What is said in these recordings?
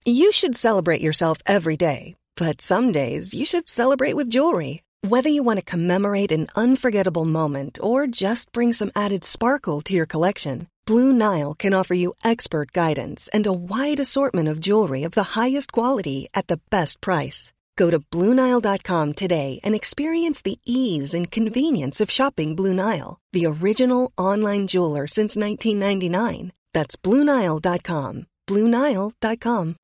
You should celebrate yourself every day, but some days you should celebrate with jewelry. Whether you want to commemorate an unforgettable moment or just bring some added sparkle to your collection, Blue Nile can offer you expert guidance and a wide assortment of jewelry of the highest quality at the best price. Go to BlueNile.com today and experience the ease and convenience of shopping Blue Nile, the original online jeweler since 1999. That's BlueNile.com. BlueNile.com.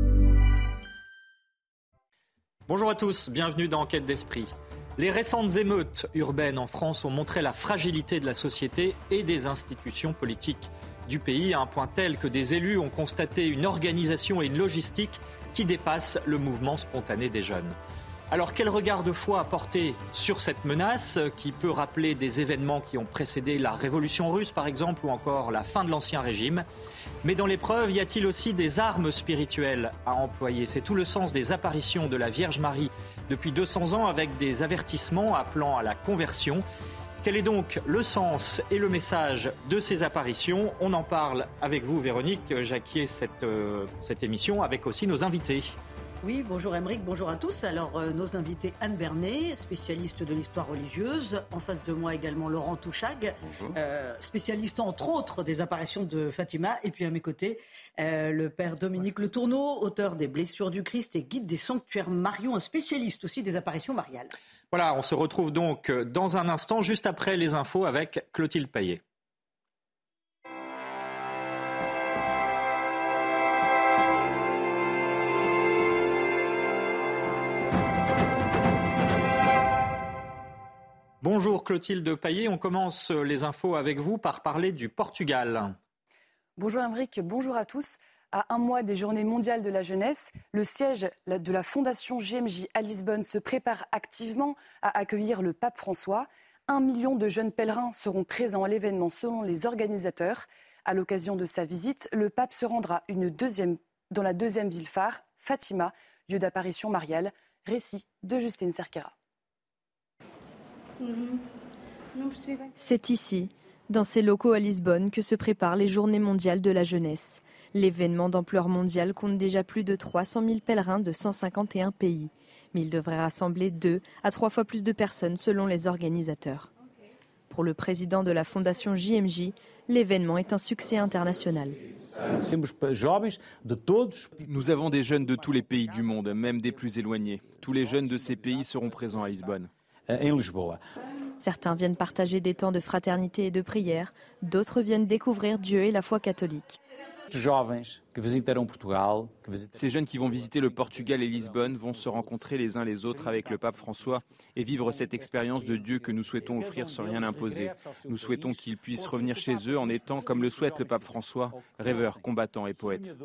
Bonjour à tous, bienvenue dans Enquête d'Esprit. Les récentes émeutes urbaines en France ont montré la fragilité de la société et des institutions politiques du pays, à un point tel que des élus ont constaté une organisation et une logistique qui dépassent le mouvement spontané des jeunes. Alors quel regard de foi porter sur cette menace qui peut rappeler des événements qui ont précédé la révolution russe par exemple ou encore la fin de l'Ancien Régime ? Mais dans l'épreuve, y a-t-il aussi des armes spirituelles à employer ? C'est tout le sens des apparitions de la Vierge Marie depuis 200 ans avec des avertissements appelant à la conversion. Quel est donc le sens et le message de ces apparitions ? On en parle avec vous, Véronique Jacquier, pour cette émission, avec aussi nos invités. Oui, bonjour Aymeric, bonjour à tous. Alors, nos invités, Anne Bernet, spécialiste de l'histoire religieuse. En face de moi également Laurent Touchag, spécialiste entre autres des apparitions de Fatima. Et puis à mes côtés, le père Dominique Le Tourneau, auteur des Blessures du Christ et guide des sanctuaires mariaux, un spécialiste aussi des apparitions mariales. Voilà, on se retrouve donc dans un instant, juste après les infos avec Clotilde Payet. Bonjour Clotilde Payet, on commence les infos avec vous par parler du Portugal. Bonjour Aymeric, bonjour à tous. À un mois des Journées mondiales de la jeunesse, le siège de la Fondation JMJ à Lisbonne se prépare activement à accueillir le pape François. 1 million de jeunes pèlerins seront présents à l'événement selon les organisateurs. À l'occasion de sa visite, le pape se rendra dans la deuxième ville phare, Fatima, lieu d'apparition mariale. Récit de Justine Cerquera. C'est ici, dans ces locaux à Lisbonne, que se préparent les Journées mondiales de la jeunesse. L'événement d'ampleur mondiale compte déjà plus de 300 000 pèlerins de 151 pays. Mais il devrait rassembler 2 à 3 fois plus de personnes selon les organisateurs. Pour le président de la Fondation JMJ, l'événement est un succès international. Nous avons des jeunes de tous les pays du monde, même des plus éloignés. Tous les jeunes de ces pays seront présents à Lisbonne. Certains viennent partager des temps de fraternité et de prière, d'autres viennent découvrir Dieu et la foi catholique. Ces jeunes qui vont visiter le Portugal et Lisbonne vont se rencontrer les uns les autres avec le pape François et vivre cette expérience de Dieu que nous souhaitons offrir sans rien imposer. Nous souhaitons qu'ils puissent revenir chez eux en étant, comme le souhaite le pape François, rêveurs, combattants et poètes.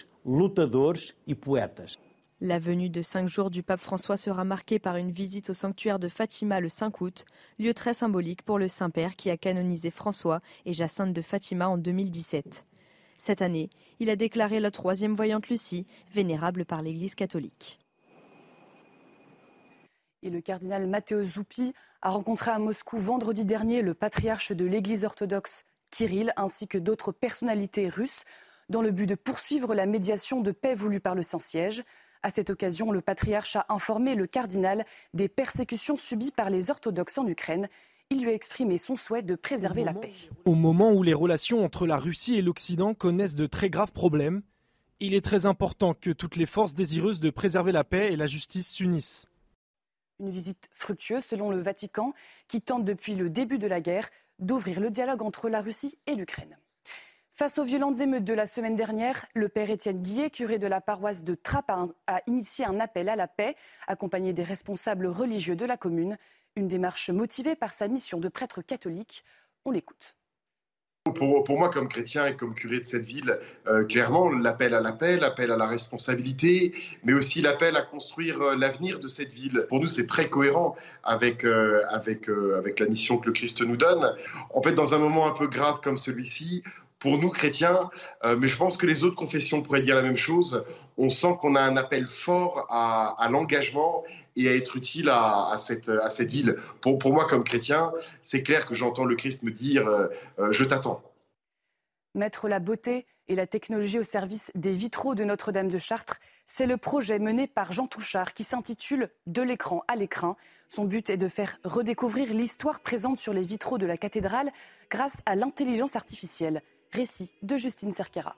La venue de 5 jours du pape François sera marquée par une visite au sanctuaire de Fatima le 5 août, lieu très symbolique pour le Saint-Père qui a canonisé François et Jacinthe de Fatima en 2017. Cette année, il a déclaré la 3e voyante Lucie, vénérable par l'Église catholique. Et le cardinal Matteo Zuppi a rencontré à Moscou vendredi dernier le patriarche de l'Église orthodoxe Kirill ainsi que d'autres personnalités russes dans le but de poursuivre la médiation de paix voulue par le Saint-Siège. À cette occasion, le patriarche a informé le cardinal des persécutions subies par les orthodoxes en Ukraine. Il lui a exprimé son souhait de préserver la paix. Au moment où les relations entre la Russie et l'Occident connaissent de très graves problèmes, il est très important que toutes les forces désireuses de préserver la paix et la justice s'unissent. Une visite fructueuse selon le Vatican qui tente depuis le début de la guerre d'ouvrir le dialogue entre la Russie et l'Ukraine. Face aux violentes émeutes de la semaine dernière, le père Étienne Guillet, curé de la paroisse de Trappes, a initié un appel à la paix, accompagné des responsables religieux de la commune. Une démarche motivée par sa mission de prêtre catholique. On l'écoute. Pour moi, comme chrétien et comme curé de cette ville, clairement, l'appel à la paix, l'appel à la responsabilité, mais aussi l'appel à construire l'avenir de cette ville. Pour nous, c'est très cohérent avec la mission que le Christ nous donne. En fait, dans un moment un peu grave comme celui-ci, pour nous, chrétiens, mais je pense que les autres confessions pourraient dire la même chose, on sent qu'on a un appel fort à l'engagement et à être utile à cette ville. Pour moi, comme chrétien, c'est clair que j'entends le Christ me dire « je t'attends ». Mettre la beauté et la technologie au service des vitraux de Notre-Dame de Chartres. C'est le projet mené par Jean Touchard qui s'intitule « De l'écran à l'écrin ». Son but est de faire redécouvrir l'histoire présente sur les vitraux de la cathédrale grâce à l'intelligence artificielle. Récit de Justine Cerquera.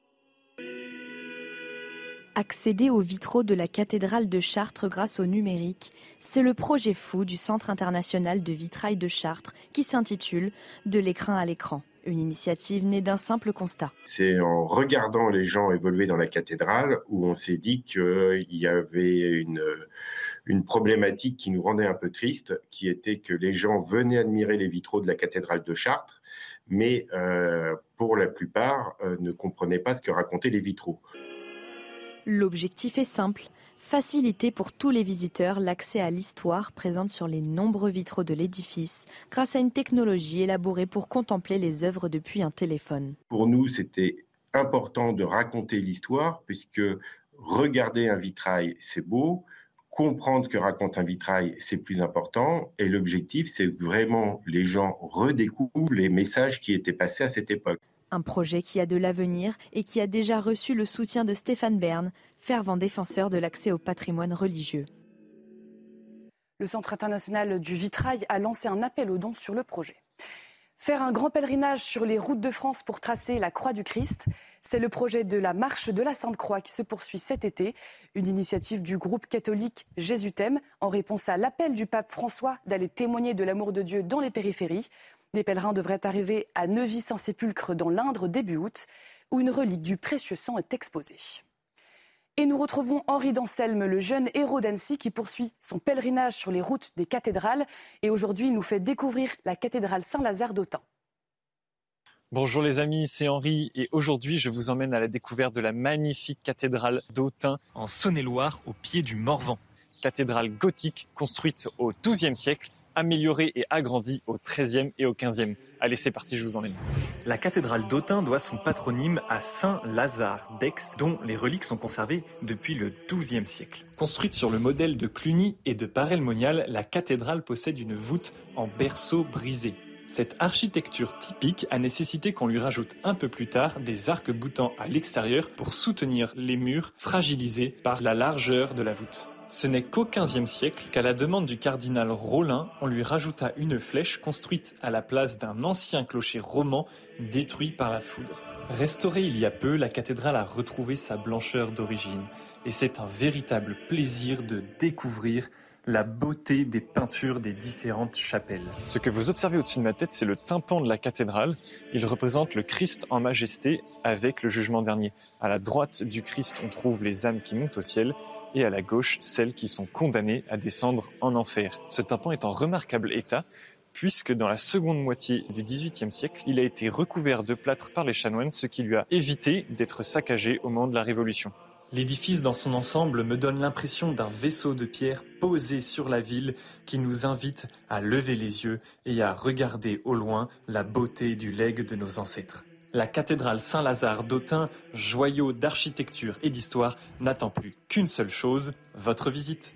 Accéder aux vitraux de la cathédrale de Chartres grâce au numérique, c'est le projet fou du Centre international de vitrail de Chartres qui s'intitule « De l'écrin à l'écran ». Une initiative née d'un simple constat. C'est en regardant les gens évoluer dans la cathédrale où on s'est dit qu'il y avait une problématique qui nous rendait un peu triste, qui était que les gens venaient admirer les vitraux de la cathédrale de Chartres, mais pour la plupart ne comprenaient pas ce que racontaient les vitraux. L'objectif est simple, faciliter pour tous les visiteurs l'accès à l'histoire présente sur les nombreux vitraux de l'édifice grâce à une technologie élaborée pour contempler les œuvres depuis un téléphone. Pour nous, c'était important de raconter l'histoire puisque regarder un vitrail, c'est beau, comprendre ce que raconte un vitrail, c'est plus important et l'objectif, c'est que vraiment les gens redécouvrent les messages qui étaient passés à cette époque. Un projet qui a de l'avenir et qui a déjà reçu le soutien de Stéphane Bern, fervent défenseur de l'accès au patrimoine religieux. Le Centre international du vitrail a lancé un appel aux dons sur le projet. Faire un grand pèlerinage sur les routes de France pour tracer la croix du Christ, c'est le projet de la marche de la Sainte-Croix qui se poursuit cet été. Une initiative du groupe catholique Jésus t'aime en réponse à l'appel du pape François d'aller témoigner de l'amour de Dieu dans les périphéries. Les pèlerins devraient arriver à Neuvy-Saint-Sépulcre dans l'Indre début août, où une relique du précieux sang est exposée. Et nous retrouvons Henri d'Anselme, le jeune héros d'Annecy qui poursuit son pèlerinage sur les routes des cathédrales. Et aujourd'hui, il nous fait découvrir la cathédrale Saint-Lazare d'Autun. Bonjour les amis, c'est Henri et aujourd'hui je vous emmène à la découverte de la magnifique cathédrale d'Autun en Saône-et-Loire au pied du Morvan. Cathédrale gothique construite au XIIe siècle, améliorée et agrandie au XIIIe et au XVe. Allez, c'est parti, je vous emmène. La cathédrale d'Autun doit son patronyme à Saint Lazare d'Aix, dont les reliques sont conservées depuis le XIIe siècle. Construite sur le modèle de Cluny et de Paray-le-Monial, la cathédrale possède une voûte en berceau brisé. Cette architecture typique a nécessité qu'on lui rajoute un peu plus tard des arcs-boutants à l'extérieur pour soutenir les murs fragilisés par la largeur de la voûte. Ce n'est qu'au XVe siècle qu'à la demande du cardinal Rollin, on lui rajouta une flèche construite à la place d'un ancien clocher roman détruit par la foudre. Restaurée il y a peu, la cathédrale a retrouvé sa blancheur d'origine. Et c'est un véritable plaisir de découvrir la beauté des peintures des différentes chapelles. Ce que vous observez au-dessus de ma tête, c'est le tympan de la cathédrale. Il représente le Christ en majesté avec le jugement dernier. À la droite du Christ, on trouve les âmes qui montent au ciel et à la gauche, celles qui sont condamnées à descendre en enfer. Ce tympan est en remarquable état, puisque dans la seconde moitié du XVIIIe siècle, il a été recouvert de plâtre par les chanoines, ce qui lui a évité d'être saccagé au moment de la Révolution. L'édifice dans son ensemble me donne l'impression d'un vaisseau de pierre posé sur la ville qui nous invite à lever les yeux et à regarder au loin la beauté du legs de nos ancêtres. La cathédrale Saint-Lazare d'Autun, joyau d'architecture et d'histoire, n'attend plus qu'une seule chose, votre visite.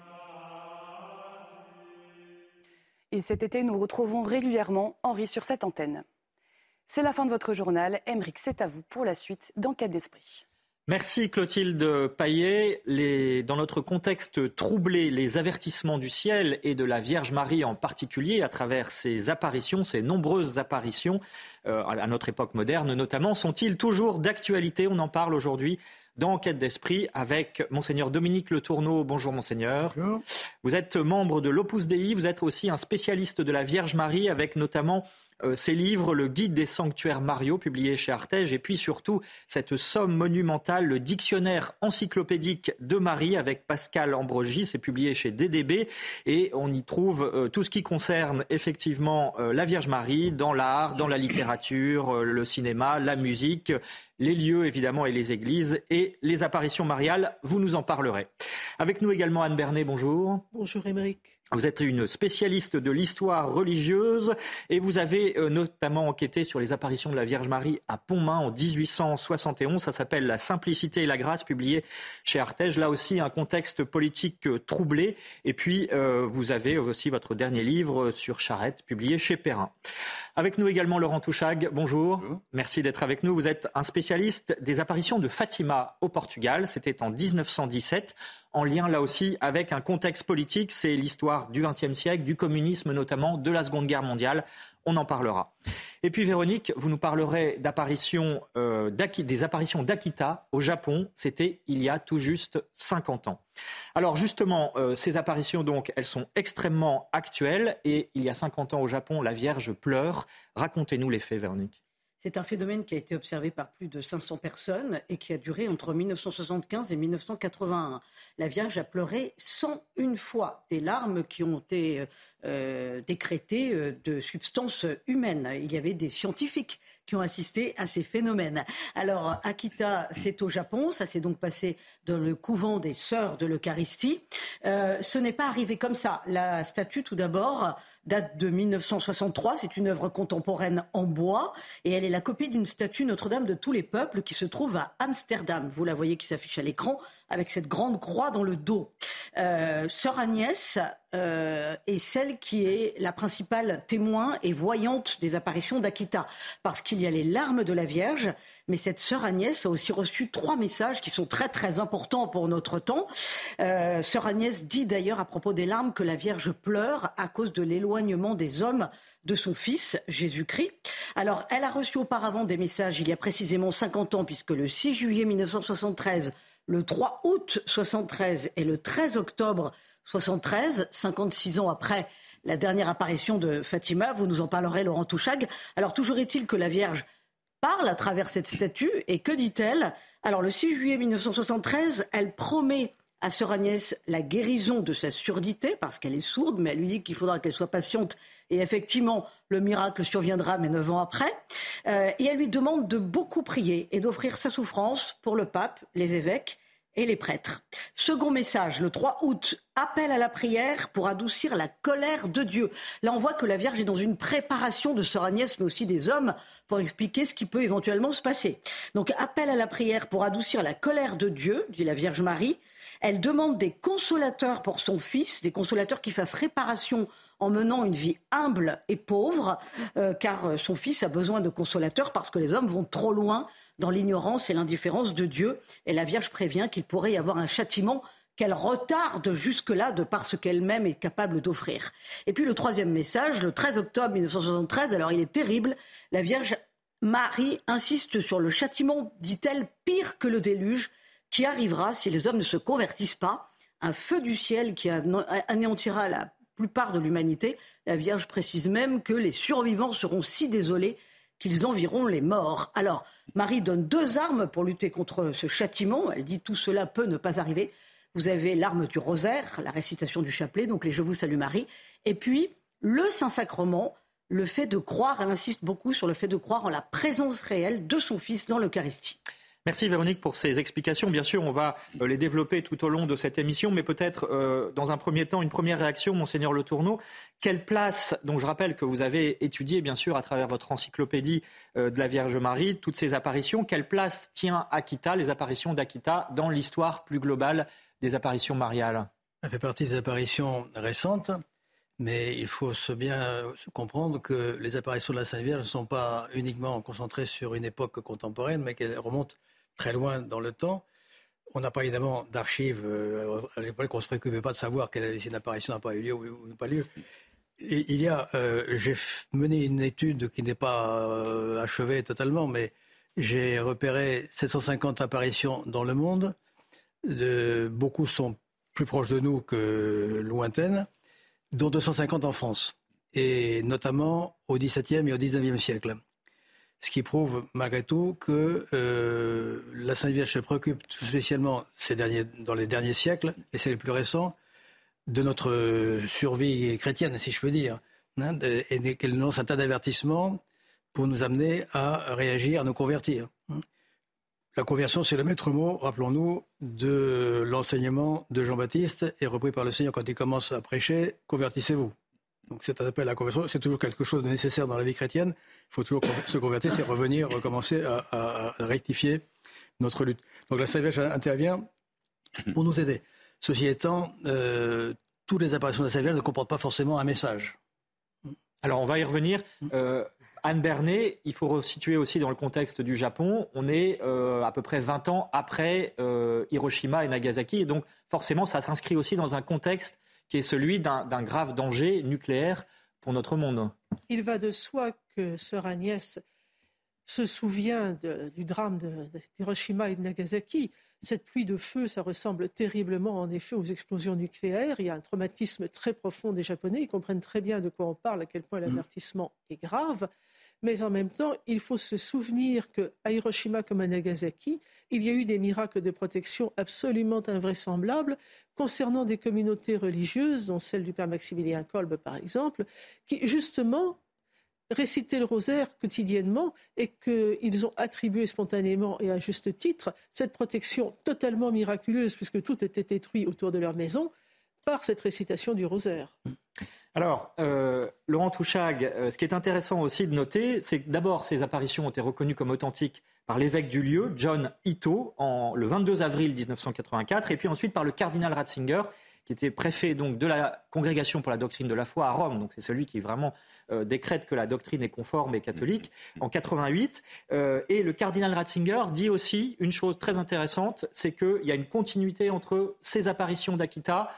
Et cet été, nous retrouvons régulièrement Henri sur cette antenne. C'est la fin de votre journal. Aymeric, c'est à vous pour la suite d'Enquête d'Esprit. Merci Clotilde Paillet. Dans notre contexte troublé, les avertissements du ciel et de la Vierge Marie en particulier, à travers ces apparitions, ces nombreuses apparitions à notre époque moderne notamment, sont-ils toujours d'actualité ? On en parle aujourd'hui dans Enquête d'Esprit avec Monseigneur Dominique Le Tourneau. Bonjour Monseigneur. Bonjour. Vous êtes membre de l'Opus Dei, vous êtes aussi un spécialiste de la Vierge Marie avec notamment ces livres, le guide des sanctuaires Mario, publié chez Artege, et puis surtout cette somme monumentale, le dictionnaire encyclopédique de Marie avec Pascal Ambrogi, c'est publié chez DDB, et on y trouve tout ce qui concerne effectivement la Vierge Marie dans l'art, dans la littérature, le cinéma, la musique, les lieux évidemment et les églises et les apparitions mariales, vous nous en parlerez. Avec nous également Anne Bernet, bonjour. Bonjour Aymeric. Vous êtes une spécialiste de l'histoire religieuse et vous avez notamment enquêté sur les apparitions de la Vierge Marie à Pontmain en 1871. Ça s'appelle « La simplicité et la grâce », publié chez Artege. Là aussi, un contexte politique troublé. Et puis, vous avez aussi votre dernier livre sur Charette, publié chez Perrin. Avec nous également Laurent Touchag. Bonjour. Bonjour. Merci d'être avec nous. Vous êtes un spécialiste des apparitions de Fatima au Portugal. C'était en 1917. En lien là aussi avec un contexte politique, c'est l'histoire du XXe siècle, du communisme notamment, de la Seconde Guerre mondiale. On en parlera. Et puis Véronique, vous nous parlerez des apparitions d'Akita au Japon. C'était il y a tout juste 50 ans. Alors justement, ces apparitions donc, elles sont extrêmement actuelles. Et il y a 50 ans au Japon, la Vierge pleure. Racontez-nous les faits, Véronique. C'est un phénomène qui a été observé par plus de 500 personnes et qui a duré entre 1975 et 1981. La Vierge a pleuré 101 fois, des larmes qui ont été décrétées de substances humaines. Il y avait des scientifiques qui ont assisté à ces phénomènes. Alors, Akita, c'est au Japon. Ça s'est donc passé dans le couvent des Sœurs de l'Eucharistie. Ce n'est pas arrivé comme ça. La statue, tout d'abord, date de 1963. C'est une œuvre contemporaine en bois. Et elle est la copie d'une statue Notre-Dame de tous les peuples qui se trouve à Amsterdam. Vous la voyez qui s'affiche à l'écran avec cette grande croix dans le dos. Sœur Agnès est celle qui est la principale témoin et voyante des apparitions d'Akita. Parce qu'il y a les larmes de la Vierge, mais cette sœur Agnès a aussi reçu 3 messages qui sont très très importants pour notre temps. Sœur Agnès dit d'ailleurs à propos des larmes que la Vierge pleure à cause de l'éloignement des hommes de son fils, Jésus-Christ. Alors, elle a reçu auparavant des messages il y a précisément 50 ans, puisque le 6 juillet 1973, le 3 août 73 et le 13 octobre 73, 56 ans après la dernière apparition de Fatima, vous nous en parlerez, Laurent Touchag. Alors, toujours est-il que la Vierge parle à travers cette statue, et que dit-elle ? Alors, le 6 juillet 1973, elle promet à Sœur Agnès la guérison de sa surdité, parce qu'elle est sourde, mais elle lui dit qu'il faudra qu'elle soit patiente. Et effectivement, le miracle surviendra, mais 9 ans après. Et elle lui demande de beaucoup prier et d'offrir sa souffrance pour le pape, les évêques et les prêtres. Second message, le 3 août, appel à la prière pour adoucir la colère de Dieu. Là, on voit que la Vierge est dans une préparation de Sœur Agnès, mais aussi des hommes, pour expliquer ce qui peut éventuellement se passer. Donc, appel à la prière pour adoucir la colère de Dieu, dit la Vierge Marie. Elle demande des consolateurs pour son fils, des consolateurs qui fassent réparation en menant une vie humble et pauvre, car son fils a besoin de consolateurs parce que les hommes vont trop loin dans l'ignorance et l'indifférence de Dieu. Et la Vierge prévient qu'il pourrait y avoir un châtiment qu'elle retarde jusque-là de par ce qu'elle-même est capable d'offrir. Et puis le troisième message, le 13 octobre 1973, alors il est terrible, la Vierge Marie insiste sur le châtiment, dit-elle, pire que le déluge, qui arrivera si les hommes ne se convertissent pas, un feu du ciel qui anéantira la plupart de l'humanité. La Vierge précise même que les survivants seront si désolés qu'ils envieront les morts. Alors, Marie donne 2 armes pour lutter contre ce châtiment. Elle dit tout cela peut ne pas arriver. Vous avez l'arme du rosaire, la récitation du chapelet, donc les Je vous salue Marie. Et puis, le Saint-Sacrement, le fait de croire, elle insiste beaucoup sur le fait de croire en la présence réelle de son Fils dans l'Eucharistie. Merci Véronique pour ces explications. Bien sûr, on va les développer tout au long de cette émission, mais peut-être dans un premier temps, une première réaction, Monseigneur Le Tourneau. Quelle place, donc je rappelle que vous avez étudié bien sûr à travers votre encyclopédie de la Vierge Marie, toutes ces apparitions, quelle place tient Akita, les apparitions d'Akita, dans l'histoire plus globale des apparitions mariales ? Ça fait partie des apparitions récentes, mais il faut bien comprendre que les apparitions de la Sainte Vierge ne sont pas uniquement concentrées sur une époque contemporaine, mais qu'elles remontent très loin dans le temps. On n'a pas évidemment d'archives à l'époque, on ne se préoccupait pas de savoir si une apparition n'a pas eu lieu ou n'a pas lieu. Et j'ai mené une étude qui n'est pas achevée totalement, mais j'ai repéré 750 apparitions dans le monde. Beaucoup sont plus proches de nous que lointaines, dont 250 en France, et notamment au XVIIe et au XIXe siècle. Ce qui prouve malgré tout que la Sainte Vierge se préoccupe tout spécialement dans les derniers siècles, et c'est les plus récents, de notre survie chrétienne, si je peux dire, et qu'elle lance un tas d'avertissements pour nous amener à réagir, à nous convertir. La conversion, c'est le maître mot, rappelons-nous, de l'enseignement de Jean-Baptiste et repris par le Seigneur quand il commence à prêcher, convertissez-vous. Donc c'est un appel à la conversion, c'est toujours quelque chose de nécessaire dans la vie chrétienne. Il faut toujours se convertir, c'est revenir, recommencer à rectifier notre lutte. Donc la Sainte Vierge intervient pour nous aider. Ceci étant, toutes les apparitions de la Sainte Vierge ne comportent pas forcément un message. Alors on va y revenir. Anne Bernet, il faut resituer aussi dans le contexte du Japon. On est à peu près 20 ans après Hiroshima et Nagasaki. Et donc forcément, ça s'inscrit aussi dans un contexte qui est celui d'un grave danger nucléaire pour notre monde. Il va de soi que sœur Agnès se souvient du drame d'Hiroshima et de Nagasaki. Cette pluie de feu, ça ressemble terriblement en effet aux explosions nucléaires. Il y a un traumatisme très profond des Japonais. Ils comprennent très bien de quoi on parle, à quel point l'avertissement est grave. Mais en même temps, il faut se souvenir qu'à Hiroshima comme à Nagasaki, il y a eu des miracles de protection absolument invraisemblables concernant des communautés religieuses, dont celle du père Maximilien Kolbe par exemple, qui justement récitaient le rosaire quotidiennement et qu'ils ont attribué spontanément et à juste titre cette protection totalement miraculeuse, puisque tout était détruit autour de leur maison, par cette récitation du rosaire. Alors, Laurent Touchag, ce qui est intéressant aussi de noter, c'est que d'abord, ces apparitions ont été reconnues comme authentiques par l'évêque du lieu, John Ito, le 22 avril 1984, et puis ensuite par le cardinal Ratzinger, qui était préfet donc, de la Congrégation pour la doctrine de la foi à Rome. Donc c'est celui qui vraiment décrète que la doctrine est conforme et catholique, en 88. Et le cardinal Ratzinger dit aussi une chose très intéressante, c'est qu'il y a une continuité entre ces apparitions d'Akita,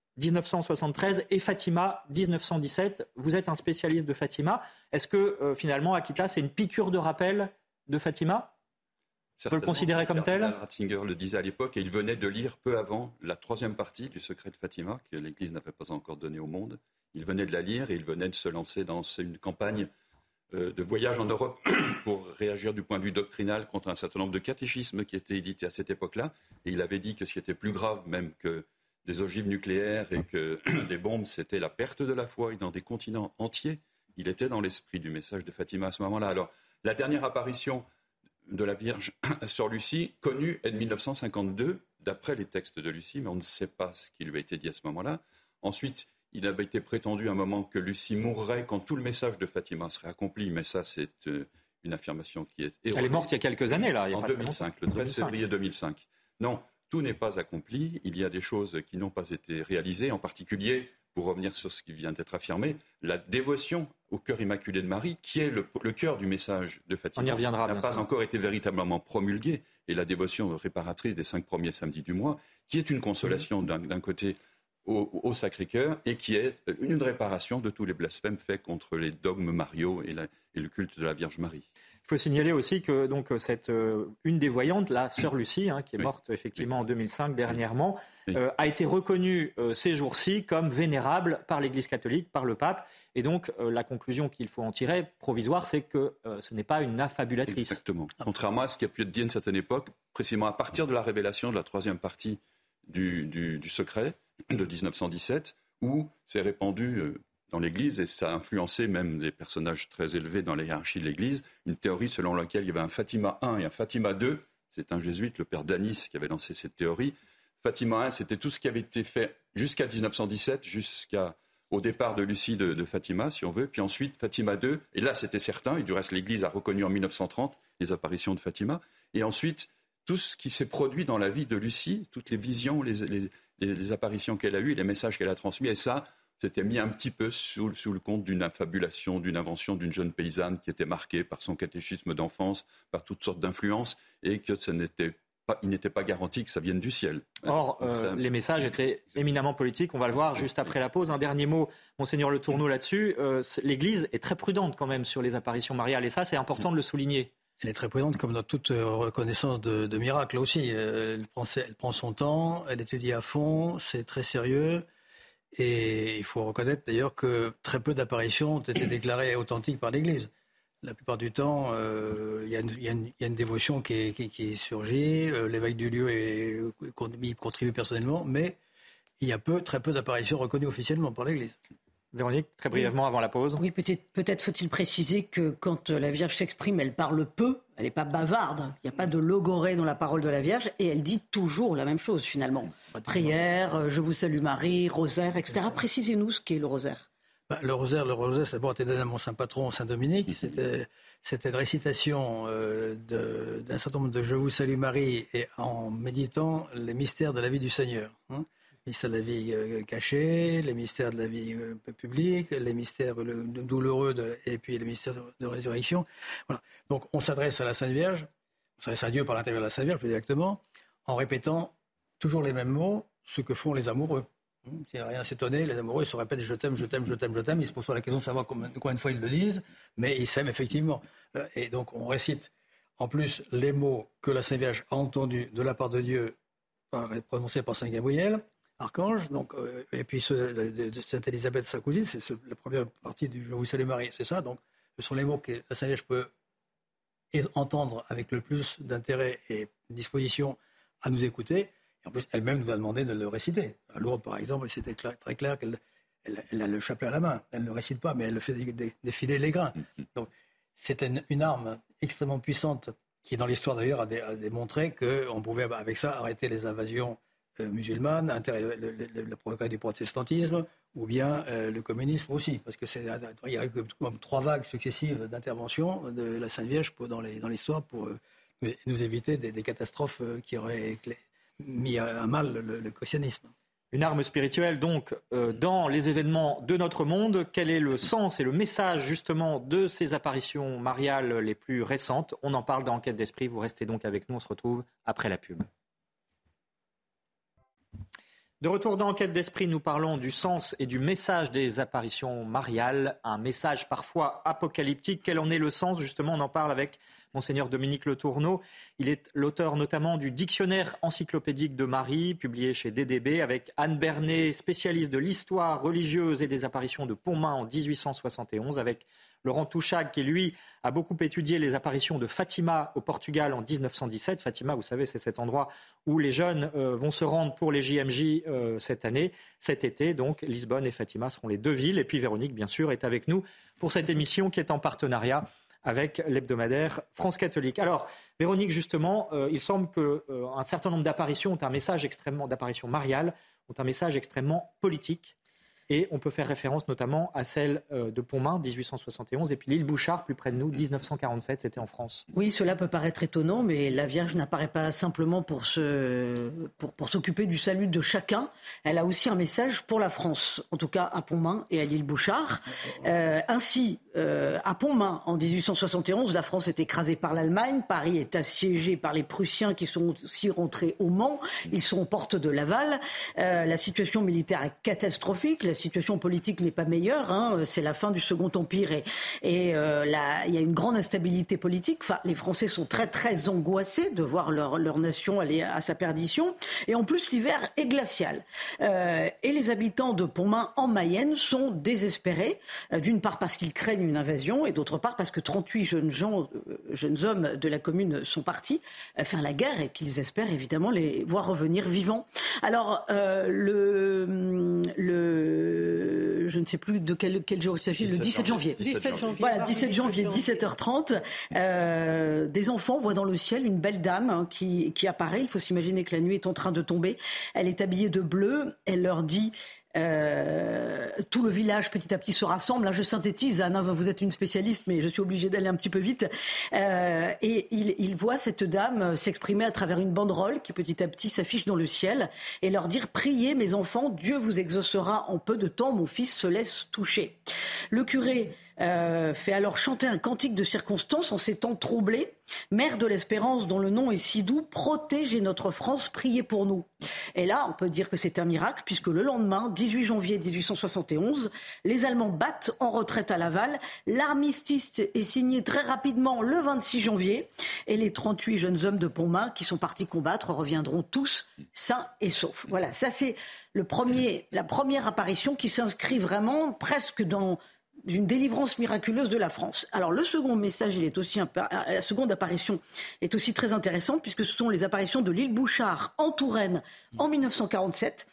1973, et Fatima, 1917. Vous êtes un spécialiste de Fatima. Est-ce que finalement Akita, c'est une piqûre de rappel de Fatima ? On peut le considérer comme tel ? Ratzinger le disait à l'époque, et il venait de lire peu avant la troisième partie du Secret de Fatima, que l'Église n'avait pas encore donné au monde. Il venait de la lire et il venait de se lancer dans une campagne de voyage en Europe pour réagir du point de vue doctrinal contre un certain nombre de catéchismes qui étaient édités à cette époque-là. Et il avait dit que ce qui était plus grave même que des ogives nucléaires et que des bombes, c'était la perte de la foi. Et dans des continents entiers, il était dans l'esprit du message de Fatima à ce moment-là. Alors, la dernière apparition de la Vierge sur Lucie, connue, est de 1952, d'après les textes de Lucie, mais on ne sait pas ce qui lui a été dit à ce moment-là. Ensuite, il avait été prétendu à un moment que Lucie mourrait quand tout le message de Fatima serait accompli, mais ça, c'est une affirmation qui est erronée. Elle est morte il y a quelques années, là. En 2005, le 13 février 2005. Non, tout n'est pas accompli. Il y a des choses qui n'ont pas été réalisées, en particulier, pour revenir sur ce qui vient d'être affirmé, la dévotion au cœur immaculé de Marie, qui est le cœur du message de Fatima. On y reviendra, n'a pas encore été véritablement promulguée. Et la dévotion réparatrice des 5 premiers samedis du mois, qui est une consolation d'un côté au Sacré-Cœur et qui est une réparation de tous les blasphèmes faits contre les dogmes mariaux et le culte de la Vierge Marie. Il faut signaler aussi que donc, une des voyantes, la sœur Lucie, qui est morte effectivement en 2005 dernièrement, a été reconnue ces jours-ci comme vénérable par l'Église catholique, par le pape. Et donc la conclusion qu'il faut en tirer, provisoire, c'est que ce n'est pas une affabulatrice. Exactement. Contrairement à ce qui a pu être dit à une certaine époque, précisément à partir de la révélation de la troisième partie du secret de 1917, où c'est répandu dans l'Église, et ça a influencé même des personnages très élevés dans la hiérarchie de l'Église, une théorie selon laquelle il y avait un Fatima I et un Fatima II. C'est un jésuite, le père Danis, qui avait lancé cette théorie. Fatima I, c'était tout ce qui avait été fait jusqu'à 1917, jusqu'au départ de Lucie de Fatima, si on veut. Puis ensuite, Fatima II, et là c'était certain, et du reste l'Église a reconnu en 1930 les apparitions de Fatima. Et ensuite, tout ce qui s'est produit dans la vie de Lucie, toutes les visions, les apparitions qu'elle a eues, les messages qu'elle a transmis, et ça, c'était mis un petit peu sous le compte d'une affabulation, d'une invention d'une jeune paysanne qui était marquée par son catéchisme d'enfance, par toutes sortes d'influences, et que il n'était pas garanti que ça vienne du ciel. Or, les messages étaient éminemment politiques. On va le voir juste après la pause. Un dernier mot, Monseigneur Le Tourneau, là-dessus. L'Église est très prudente quand même sur les apparitions mariales, et ça, c'est important de le souligner. Elle est très prudente, comme dans toute reconnaissance de miracle aussi. Elle prend son temps, elle étudie à fond, c'est très sérieux. Et il faut reconnaître d'ailleurs que très peu d'apparitions ont été déclarées authentiques par l'Église. La plupart du temps, il y a une dévotion qui surgit, l'évêque du lieu y contribue personnellement, mais il y a très peu d'apparitions reconnues officiellement par l'Église. Véronique, très brièvement avant la pause. Oui, peut-être faut-il préciser que quand la Vierge s'exprime, elle parle peu, elle n'est pas bavarde. Il n'y a pas de logorée dans la parole de la Vierge et elle dit toujours la même chose finalement. Prière, je vous salue Marie, rosaire, etc. Précisez-nous ce qu'est le rosaire. Le rosaire, c'est d'abord été donné à mon saint patron, Saint Dominique. C'était une récitation d'un certain nombre de Je vous salue Marie et en méditant les mystères de la vie du Seigneur. Les mystères de la vie cachée, les mystères de la vie publique, les mystères douloureux et puis les mystères de résurrection. Voilà. Donc on s'adresse à la Sainte Vierge, on s'adresse à Dieu par l'intérieur de la Sainte Vierge plus exactement, en répétant toujours les mêmes mots, ce que font les amoureux. C'est rien à s'étonner, les amoureux se répètent je t'aime, je t'aime, je t'aime, je t'aime. Ils se posent la question de savoir combien de fois ils le disent, mais ils s'aiment effectivement. Et donc on récite en plus les mots que la Sainte Vierge a entendus de la part de Dieu, prononcés par Saint Gabriel, archange, donc, et puis ceux de Sainte Élisabeth, sa cousine, c'est la première partie du Je vous salue Marie, c'est ça. Donc ce sont les mots que la Sainte Vierge peut entendre avec le plus d'intérêt et de disposition à nous écouter. Et en plus, elle-même nous a demandé de le réciter. À Lourdes, par exemple, c'était très clair qu'elle a le chapelet à la main. Elle ne le récite pas, mais elle le fait défiler les grains. Donc, c'est une arme extrêmement puissante qui, dans l'histoire d'ailleurs, a démontré qu'on pouvait, avec ça, arrêter les invasions musulmanes, la propagation du protestantisme, ou bien le communisme aussi. Parce qu'il y a eu comme 3 vagues successives d'intervention de la Sainte Vierge dans l'histoire pour nous éviter des catastrophes qui auraient mis à mal le christianisme. Une arme spirituelle donc dans les événements de notre monde. Quel est le sens et le message justement de ces apparitions mariales les plus récentes? On en parle dans Enquête d'Esprit. Vous restez donc avec nous. On se retrouve après la pub. De retour dans Enquête d'Esprit, nous parlons du sens et du message des apparitions mariales. Un message parfois apocalyptique. Quel en est le sens? Justement, on en parle avec Monseigneur Dominique Le Tourneau. Il est l'auteur notamment du Dictionnaire encyclopédique de Marie, publié chez DDB, avec Anne Bernet, spécialiste de l'histoire religieuse et des apparitions de Pontmain en 1871, avec Laurent Touchag, qui lui a beaucoup étudié les apparitions de Fatima au Portugal en 1917. Fatima, vous savez, c'est cet endroit où les jeunes vont se rendre pour les JMJ cet été. Donc Lisbonne et Fatima seront les 2 villes. Et puis Véronique, bien sûr, est avec nous pour cette émission qui est en partenariat avec l'hebdomadaire France Catholique. Alors, Véronique, justement, il semble qu'un certain nombre d'apparitions d'apparitions mariales ont un message extrêmement politique. Et on peut faire référence notamment à celle de Pontmain, 1871, et puis l'île Bouchard, plus près de nous, 1947, c'était en France. Oui, cela peut paraître étonnant, mais la Vierge n'apparaît pas simplement pour s'occuper du salut de chacun. Elle a aussi un message pour la France, en tout cas à Pontmain et à l'île Bouchard. Ainsi, à Pontmain, en 1871, la France est écrasée par l'Allemagne, Paris est assiégé par les Prussiens qui sont aussi rentrés au Mans, ils sont aux portes de Laval. La situation militaire est catastrophique, la situation politique n'est pas meilleure, c'est la fin du Second Empire et il y a une grande instabilité politique. Enfin, les Français sont très très angoissés de voir leur nation aller à sa perdition. Et en plus, l'hiver est glacial. Et les habitants de Pontmain en Mayenne sont désespérés, d'une part parce qu'ils craignent une invasion et d'autre part parce que 38 jeunes hommes de la commune sont partis faire la guerre et qu'ils espèrent évidemment les voir revenir vivants. Alors, je ne sais plus de quel jour il s'agit, le 17 janvier. 17 janvier. Voilà, 17 janvier, 17h30. Des enfants voient dans le ciel une belle dame qui apparaît. Il faut s'imaginer que la nuit est en train de tomber. Elle est habillée de bleu. Elle leur dit... tout le village petit à petit se rassemble. Là, je synthétise, Anna, vous êtes une spécialiste, mais je suis obligée d'aller un petit peu vite. Et il voit cette dame s'exprimer à travers une banderole qui petit à petit s'affiche dans le ciel et leur dire « Priez mes enfants, Dieu vous exaucera en peu de temps, mon fils se laisse toucher ». Le curé fait alors chanter un cantique de circonstance en ces temps troublés. Mère de l'espérance dont le nom est si doux, protégez notre France, priez pour nous. Et là, on peut dire que c'est un miracle puisque le lendemain, 18 janvier 1871, les Allemands battent en retraite à Laval. L'armistice est signé très rapidement le 26 janvier et les 38 jeunes hommes de Pontmain qui sont partis combattre reviendront tous sains et saufs. Voilà, ça c'est la première apparition qui s'inscrit vraiment presque dans d'une délivrance miraculeuse de la France. Alors le second message, la seconde apparition est aussi très intéressante puisque ce sont les apparitions de l'île Bouchard en Touraine en 1947.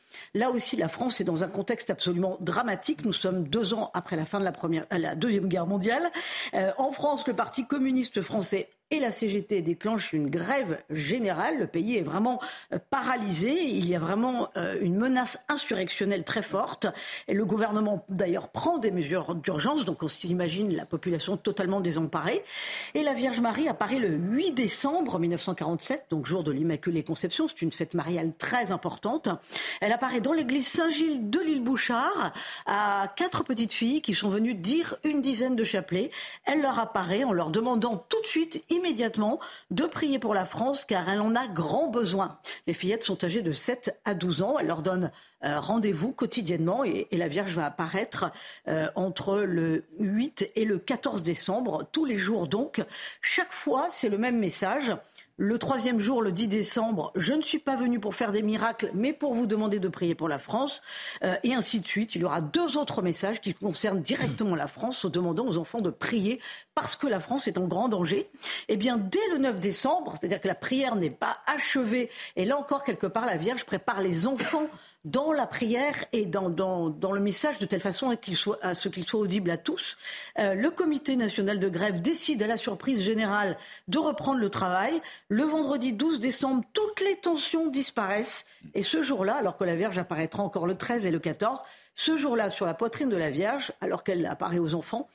Là aussi, la France est dans un contexte absolument dramatique. Nous sommes 2 ans après la fin de la Deuxième Guerre mondiale. En France, le Parti communiste français et la CGT déclenchent une grève générale. Le pays est vraiment paralysé. Il y a vraiment une menace insurrectionnelle très forte. Et le gouvernement, d'ailleurs, prend des mesures d'urgence. Donc, on s'imagine la population totalement désemparée. Et la Vierge Marie apparaît le 8 décembre 1947, donc jour de l'Immaculée Conception. C'est une fête mariale très importante. Elle apparaît dans l'église Saint-Gilles de l'île Bouchard à 4 petites filles qui sont venues dire une dizaine de chapelets. Elle leur apparaît en leur demandant tout de suite, immédiatement, de prier pour la France car elle en a grand besoin. Les fillettes sont âgées de 7 à 12 ans. Elle leur donne rendez-vous quotidiennement et la Vierge va apparaître entre le 8 et le 14 décembre, tous les jours donc. Chaque fois, c'est le même message. Le 3e jour, le 10 décembre, je ne suis pas venu pour faire des miracles, mais pour vous demander de prier pour la France. Et ainsi de suite. Il y aura 2 autres messages qui concernent directement la France, en demandant aux enfants de prier parce que la France est en grand danger. Eh bien, dès le 9 décembre, c'est-à-dire que la prière n'est pas achevée, et là encore, quelque part, la Vierge prépare les enfants dans la prière et dans le message de telle façon à ce qu'il soit audible à tous. Le comité national de grève décide à la surprise générale de reprendre le travail. Le vendredi 12 décembre, toutes les tensions disparaissent. Et ce jour-là, alors que la Vierge apparaîtra encore le 13 et le 14, ce jour-là, sur la poitrine de la Vierge, alors qu'elle apparaît aux enfants,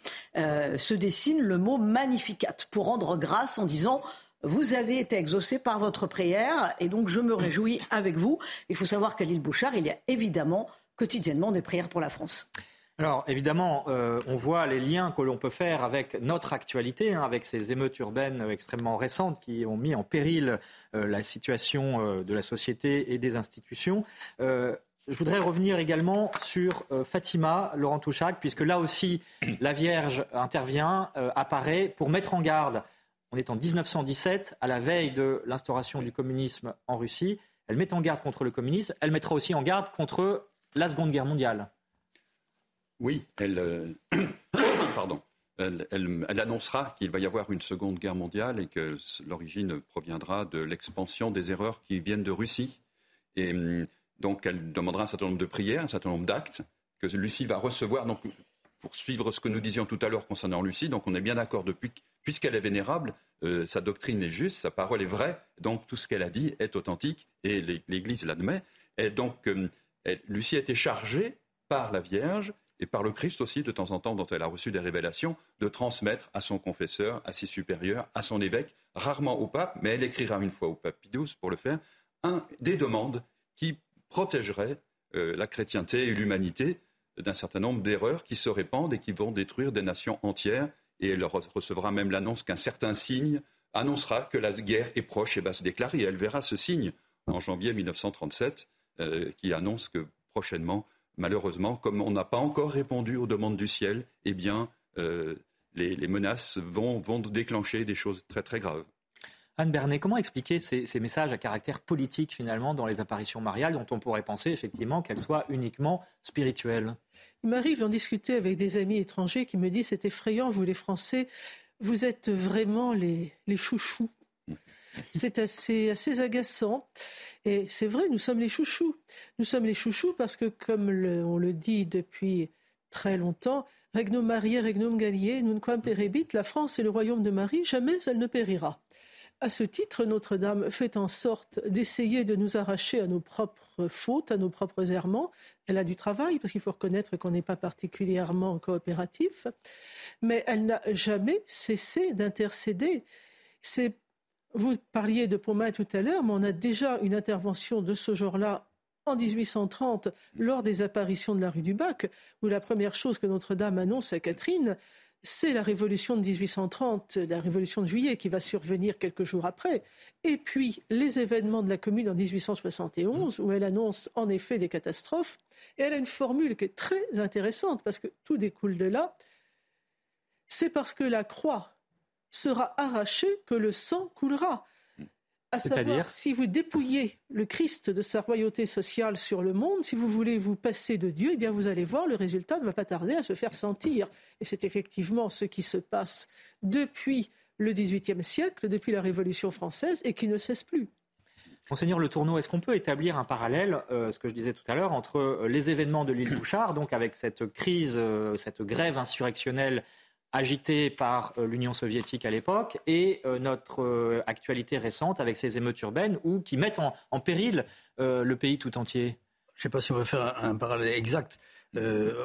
se dessine le mot Magnificat pour rendre grâce en disant... Vous avez été exaucé par votre prière et donc je me réjouis avec vous. Il faut savoir qu'à l'île Bouchard, il y a évidemment quotidiennement des prières pour la France. Alors évidemment, on voit les liens que l'on peut faire avec notre actualité, avec ces émeutes urbaines extrêmement récentes qui ont mis en péril la situation de la société et des institutions. Je voudrais revenir également sur Fatima, Laurent Touchag, puisque là aussi la Vierge intervient, apparaît pour mettre en garde. On est en 1917, à la veille de l'instauration du communisme en Russie. Elle met en garde contre le communisme. Elle mettra aussi en garde contre la Seconde Guerre mondiale. Oui, elle annoncera qu'il va y avoir une Seconde Guerre mondiale et que l'origine proviendra de l'expansion des erreurs qui viennent de Russie. Et donc, elle demandera un certain nombre de prières, un certain nombre d'actes que Russie va recevoir. Donc, pour suivre ce que nous disions tout à l'heure concernant Russie, donc on est bien d'accord puisqu'elle est vénérable, sa doctrine est juste, sa parole est vraie, donc tout ce qu'elle a dit est authentique et l'Église l'admet. Et donc Lucie a été chargée par la Vierge et par le Christ aussi, de temps en temps, dont elle a reçu des révélations, de transmettre à son confesseur, à ses supérieurs, à son évêque, rarement au pape, mais elle écrira une fois au pape Pie XII pour le faire, des demandes qui protégeraient la chrétienté et l'humanité d'un certain nombre d'erreurs qui se répandent et qui vont détruire des nations entières. Et elle recevra même l'annonce qu'un certain signe annoncera que la guerre est proche et va se déclarer. Et elle verra ce signe en janvier 1937 qui annonce que prochainement, malheureusement, comme on n'a pas encore répondu aux demandes du ciel, eh bien, les menaces vont déclencher des choses très très graves. Anne Bernet, comment expliquer ces messages à caractère politique finalement dans les apparitions mariales dont on pourrait penser effectivement qu'elles soient uniquement spirituelles ? Il m'arrive d'en discuter avec des amis étrangers qui me disent « c'est effrayant, vous les Français, vous êtes vraiment les chouchous ». C'est assez agaçant. Et c'est vrai, nous sommes les chouchous. Nous sommes les chouchous parce que, comme on le dit depuis très longtemps, « Regnum Mariae, Regnum Galliae, nunquam perebit », la France est le royaume de Marie, jamais elle ne périra. À ce titre, Notre-Dame fait en sorte d'essayer de nous arracher à nos propres fautes, à nos propres errements. Elle a du travail, parce qu'il faut reconnaître qu'on n'est pas particulièrement coopératif, mais elle n'a jamais cessé d'intercéder. Vous parliez de Pomain tout à l'heure, mais on a déjà une intervention de ce genre-là en 1830, lors des apparitions de la rue du Bac, où la première chose que Notre-Dame annonce à Catherine, c'est la révolution de 1830, la révolution de juillet qui va survenir quelques jours après. Et puis les événements de la Commune en 1871, où elle annonce en effet des catastrophes. Et elle a une formule qui est très intéressante, parce que tout découle de là. C'est parce que la croix sera arrachée que le sang coulera. À savoir, si vous dépouillez le Christ de sa royauté sociale sur le monde, si vous voulez vous passer de Dieu, eh bien vous allez voir, le résultat ne va pas tarder à se faire sentir. Et c'est effectivement ce qui se passe depuis le XVIIIe siècle, depuis la Révolution française, et qui ne cesse plus. Monseigneur Le Tourneau, est-ce qu'on peut établir un parallèle, ce que je disais tout à l'heure, entre les événements de l'île Bouchard, donc avec cette crise, cette grève insurrectionnelle agitée par l'Union soviétique à l'époque, et notre actualité récente avec ces émeutes urbaines qui mettent en péril le pays tout entier? Je ne sais pas si on veut faire un parallèle exact. En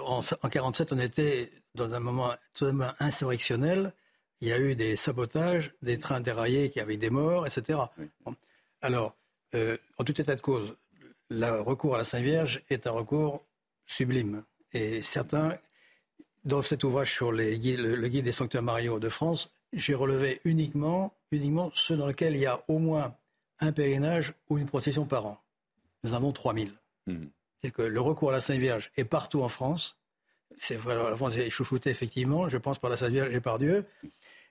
1947, on était dans un moment totalement insurrectionnel. Il y a eu des sabotages, des trains déraillés qui avaient des morts, etc. Oui. Bon. Alors, en tout état de cause, le recours à la Sainte Vierge est un recours sublime. Et certains, dans cet ouvrage sur le guide des sanctuaires mariaux de France, j'ai relevé uniquement ceux dans lesquels il y a au moins un pèlerinage ou une procession par an. Nous avons 3000. C'est que le recours à la Sainte Vierge est partout en France. C'est vrai, la France est chouchoutée, effectivement, je pense, par la Sainte Vierge et par Dieu. Pourquoi ?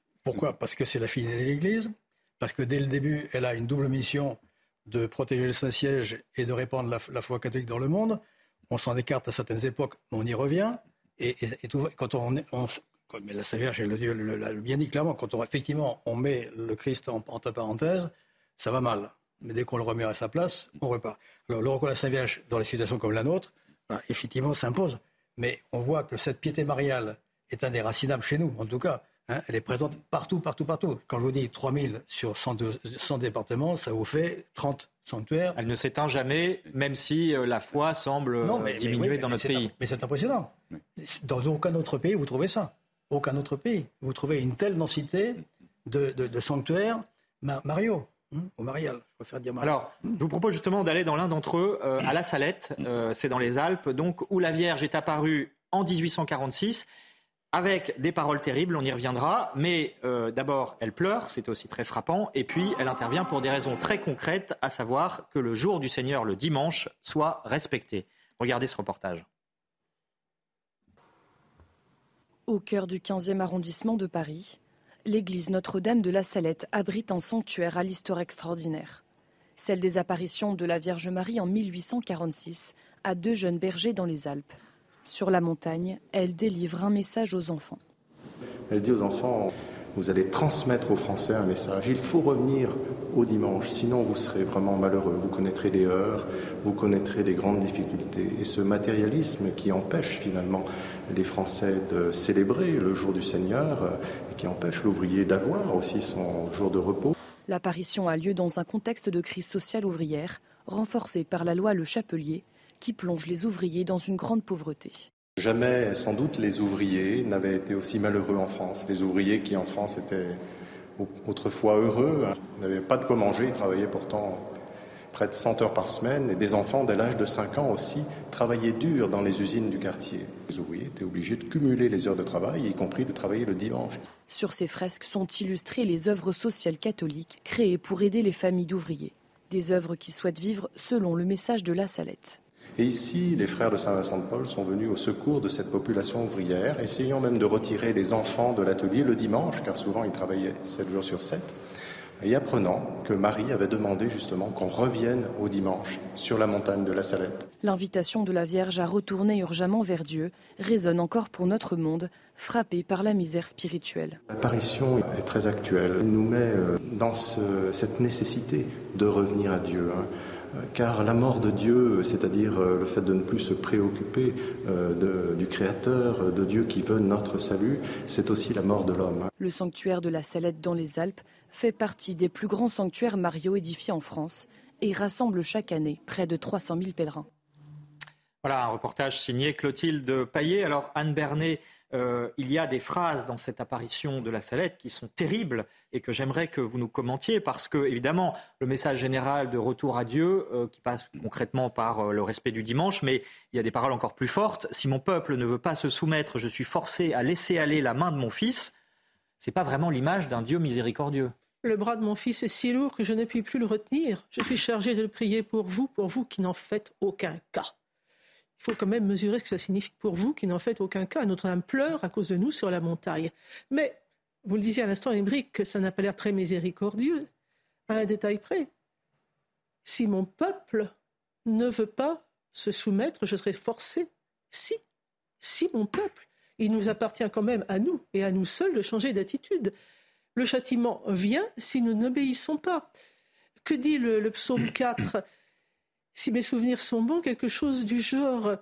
Parce que c'est la fille de l'Église, parce que dès le début, elle a une double mission de protéger le Saint-Siège et de répandre la foi catholique dans le monde. On s'en écarte à certaines époques, mais on y revient. Et tout, mais la Sainte Vierge, le Dieu l'a bien dit clairement, quand on met le Christ entre parenthèses, ça va mal. Mais dès qu'on le remet à sa place, on repart. Alors le recours à la Sainte Vierge, dans les situations comme la nôtre, effectivement, s'impose. Mais on voit que cette piété mariale est indéracinable chez nous, en tout cas. Elle est présente partout. Quand je vous dis 3000 sur 100 départements, ça vous fait 30 sanctuaires. Elle ne s'éteint jamais, même si la foi semble diminuer dans notre pays. Mais c'est impressionnant. Oui. Dans aucun autre pays, vous trouvez ça. Aucun autre pays. Vous trouvez une telle densité de sanctuaires mariaux. Au marial, je préfère dire marial. Alors, je vous propose justement d'aller dans l'un d'entre eux, à La Salette, c'est dans les Alpes, donc, où la Vierge est apparue en 1846, avec des paroles terribles, on y reviendra, mais d'abord, elle pleure, c'est aussi très frappant, et puis elle intervient pour des raisons très concrètes, à savoir que le jour du Seigneur, le dimanche, soit respecté. Regardez ce reportage. Au cœur du 15e arrondissement de Paris, l'église Notre-Dame de la Salette abrite un sanctuaire à l'histoire extraordinaire. Celle des apparitions de la Vierge Marie en 1846 à 2 jeunes bergers dans les Alpes. Sur la montagne, elle délivre un message aux enfants. Elle dit aux enfants, vous allez transmettre aux Français un message. Il faut revenir au dimanche, sinon vous serez vraiment malheureux. Vous connaîtrez des heurts, vous connaîtrez des grandes difficultés. Et ce matérialisme qui empêche finalement les Français de célébrer le jour du Seigneur, et qui empêche l'ouvrier d'avoir aussi son jour de repos. L'apparition a lieu dans un contexte de crise sociale ouvrière, renforcée par la loi Le Chapelier, qui plonge les ouvriers dans une grande pauvreté. Jamais, sans doute, les ouvriers n'avaient été aussi malheureux en France. Les ouvriers qui, en France, étaient autrefois heureux, n'avaient pas de quoi manger, ils travaillaient pourtant près de 100 heures par semaine, et des enfants dès l'âge de 5 ans aussi travaillaient dur dans les usines du quartier. Les ouvriers étaient obligés de cumuler les heures de travail, y compris de travailler le dimanche. Sur ces fresques sont illustrées les œuvres sociales catholiques créées pour aider les familles d'ouvriers. Des œuvres qui souhaitent vivre selon le message de La Salette. Et ici, les frères de Saint-Vincent-de-Paul sont venus au secours de cette population ouvrière, essayant même de retirer les enfants de l'atelier le dimanche, car souvent ils travaillaient 7 jours sur 7, et apprenant que Marie avait demandé justement qu'on revienne au dimanche sur la montagne de La Salette. L'invitation de la Vierge à retourner urgemment vers Dieu résonne encore pour notre monde, frappé par la misère spirituelle. L'apparition est très actuelle. Elle nous met dans cette nécessité de revenir à Dieu. Car la mort de Dieu, c'est-à-dire le fait de ne plus se préoccuper du Créateur, de Dieu qui veut notre salut, c'est aussi la mort de l'homme. Le sanctuaire de la Salette dans les Alpes fait partie des plus grands sanctuaires mariaux édifiés en France et rassemble chaque année près de 300 000 pèlerins. Voilà un reportage signé Clotilde Paillet. Alors Anne Bernet, il y a des phrases dans cette apparition de la Salette qui sont terribles et que j'aimerais que vous nous commentiez parce que, évidemment, le message général de retour à Dieu qui passe concrètement par le respect du dimanche, mais il y a des paroles encore plus fortes. Si mon peuple ne veut pas se soumettre, je suis forcé à laisser aller la main de mon fils. C'est pas vraiment l'image d'un Dieu miséricordieux. Le bras de mon fils est si lourd que je ne puis plus le retenir. Je suis chargé de le prier pour vous qui n'en faites aucun cas. Il faut quand même mesurer ce que ça signifie pour vous qui n'en faites aucun cas. Notre-Dame pleure à cause de nous sur la montagne. Mais, vous le disiez à l'instant, Émeric, que ça n'a pas l'air très miséricordieux. À un détail près. Si mon peuple ne veut pas se soumettre, je serai forcé. Si mon peuple, il nous appartient quand même à nous et à nous seuls de changer d'attitude. Le châtiment vient si nous n'obéissons pas. que dit le psaume 4 ? Si mes souvenirs sont bons, quelque chose du genre